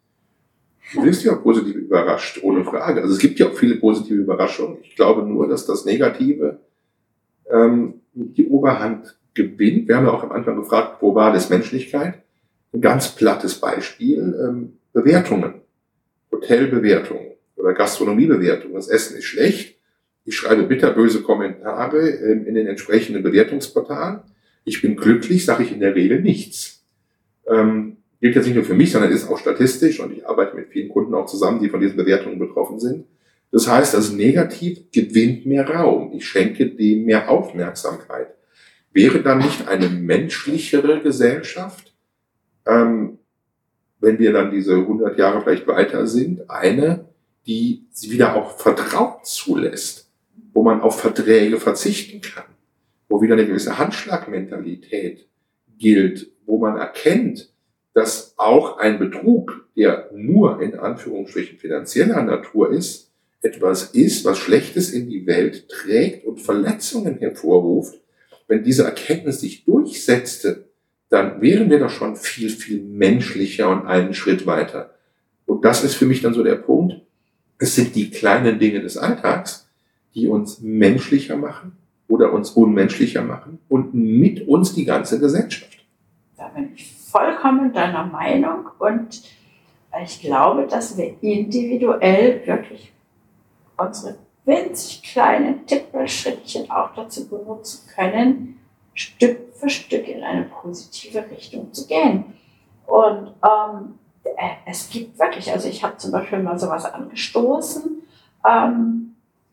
Speaker 3: Du wirst ja auch positiv überrascht, ohne Frage. Also es gibt ja auch viele positive Überraschungen. Ich glaube nur, dass das Negative ähm, die Oberhand gewinnt. Wir haben ja auch am Anfang gefragt, wo war das Menschlichkeit? Ein ganz plattes Beispiel, ähm, Bewertungen, Hotelbewertungen oder Gastronomiebewertungen. Das Essen ist schlecht. Ich schreibe bitterböse Kommentare ähm, in den entsprechenden Bewertungsportalen. Ich bin glücklich, sage ich in der Regel nichts. Ähm, gilt jetzt nicht nur für mich, sondern ist auch statistisch und ich arbeite mit vielen Kunden auch zusammen, die von diesen Bewertungen betroffen sind. Das heißt, das Negativ gewinnt mehr Raum. Ich schenke dem mehr Aufmerksamkeit. Wäre dann nicht eine menschlichere Gesellschaft, ähm, wenn wir dann diese hundert Jahre vielleicht weiter sind, eine, die sie wieder auch Vertrauen zulässt, wo man auf Verträge verzichten kann, wo wieder eine gewisse Handschlagmentalität gilt, wo man erkennt, dass auch ein Betrug, der nur in Anführungsstrichen finanzieller Natur ist, etwas ist, was Schlechtes in die Welt trägt und Verletzungen hervorruft. Wenn diese Erkenntnis sich durchsetzte, dann wären wir doch schon viel, viel menschlicher und einen Schritt weiter. Und das ist für mich dann so der Punkt. Es sind die kleinen Dinge des Alltags, die uns menschlicher machen oder uns unmenschlicher machen und mit uns die ganze Gesellschaft.
Speaker 2: Da bin ich vollkommen deiner Meinung und ich glaube, dass wir individuell wirklich unsere winzig kleinen Tippelschrittchen auch dazu benutzen können, Stück für Stück in eine positive Richtung zu gehen. Und ähm, es gibt wirklich, also ich habe zum Beispiel mal sowas angestoßen, ähm,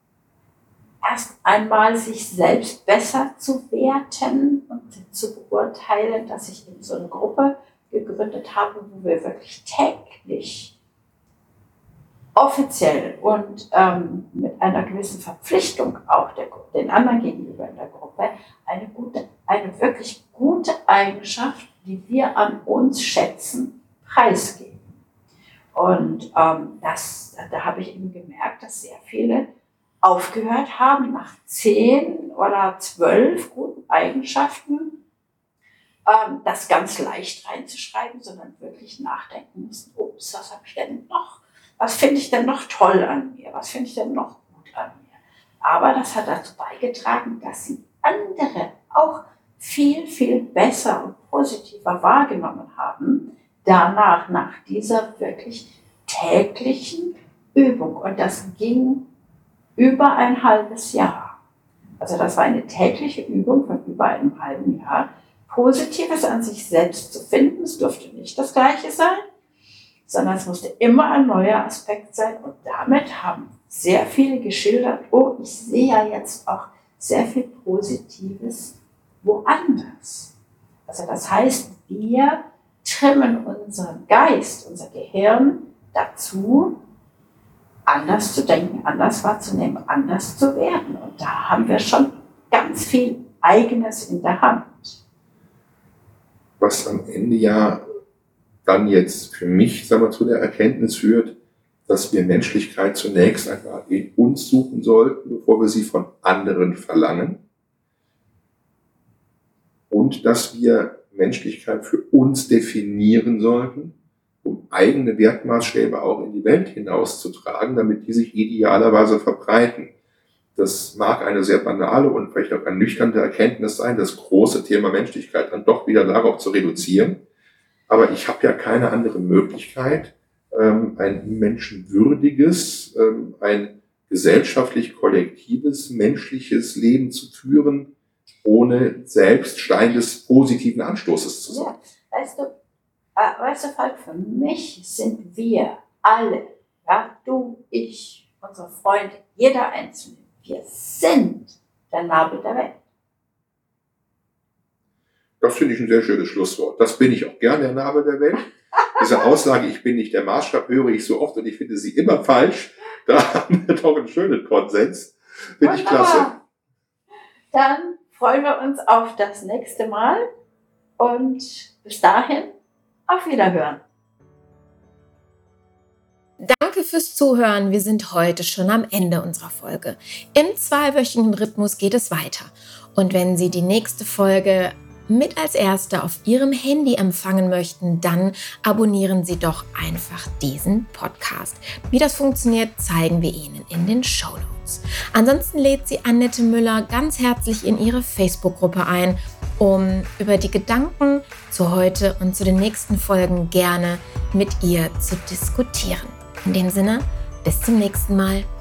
Speaker 2: erst einmal sich selbst besser zu werten und zu beurteilen, dass ich in so eine Gruppe gegründet habe, wo wir wirklich täglich offiziell und ähm, mit einer gewissen Verpflichtung auch der, den anderen gegenüber in der Gruppe eine gute, eine wirklich gute Eigenschaft, die wir an uns schätzen, preisgeben. Und ähm, das, da habe ich eben gemerkt, dass sehr viele aufgehört haben, nach zehn oder zwölf guten Eigenschaften ähm, das ganz leicht reinzuschreiben, sondern wirklich nachdenken mussten, ups, was habe ich denn noch? Was finde ich denn noch toll an mir? Was finde ich denn noch gut an mir? Aber das hat dazu beigetragen, dass sie andere auch viel, viel besser und positiver wahrgenommen haben, danach, nach dieser wirklich täglichen Übung. Und das ging über ein halbes Jahr. Also das war eine tägliche Übung von über einem halben Jahr. Positives an sich selbst zu finden, es durfte nicht das Gleiche sein, sondern es musste immer ein neuer Aspekt sein. Und damit haben sehr viele geschildert, oh, ich sehe ja jetzt auch sehr viel Positives woanders. Also das heißt, wir trimmen unseren Geist, unser Gehirn dazu, anders zu denken, anders wahrzunehmen, anders zu werden. Und da haben wir schon ganz viel Eigenes in der Hand.
Speaker 3: Was am Ende ja dann jetzt für mich, sagen wir, zu der Erkenntnis führt, dass wir Menschlichkeit zunächst einmal in uns suchen sollten, bevor wir sie von anderen verlangen. Und dass wir Menschlichkeit für uns definieren sollten, um eigene Wertmaßstäbe auch in die Welt hinauszutragen, damit die sich idealerweise verbreiten. Das mag eine sehr banale und vielleicht auch ernüchternde Erkenntnis sein, das große Thema Menschlichkeit dann doch wieder darauf zu reduzieren. Aber ich habe ja keine andere Möglichkeit, ein menschenwürdiges, ein gesellschaftlich kollektives, menschliches Leben zu führen, ohne selbst Stein des positiven Anstoßes zu sein.
Speaker 2: Ja, weißt du, äh, weißt du, Falk, für mich sind wir alle, ja, du, ich, unsere Freunde, jeder Einzelne, wir sind der Nabel der Welt.
Speaker 3: Das finde ich ein sehr schönes Schlusswort. Das bin ich auch gerne, der Nabel der Welt. Diese Aussage, ich bin nicht der Maßstab, höre ich so oft und ich finde sie immer falsch. Da haben wir doch einen schönen Konsens. Finde ich klasse.
Speaker 2: Dann freuen wir uns auf das nächste Mal und bis dahin auf Wiederhören.
Speaker 1: Danke fürs Zuhören. Wir sind heute schon am Ende unserer Folge. Im zweiwöchigen Rhythmus geht es weiter. Und wenn Sie die nächste Folge mit als Erste auf Ihrem Handy empfangen möchten, dann abonnieren Sie doch einfach diesen Podcast. Wie das funktioniert, zeigen wir Ihnen in den Shownotes. Ansonsten lädt Sie Annette Müller ganz herzlich in ihre Facebook-Gruppe ein, um über die Gedanken zu heute und zu den nächsten Folgen gerne mit ihr zu diskutieren. In dem Sinne, bis zum nächsten Mal.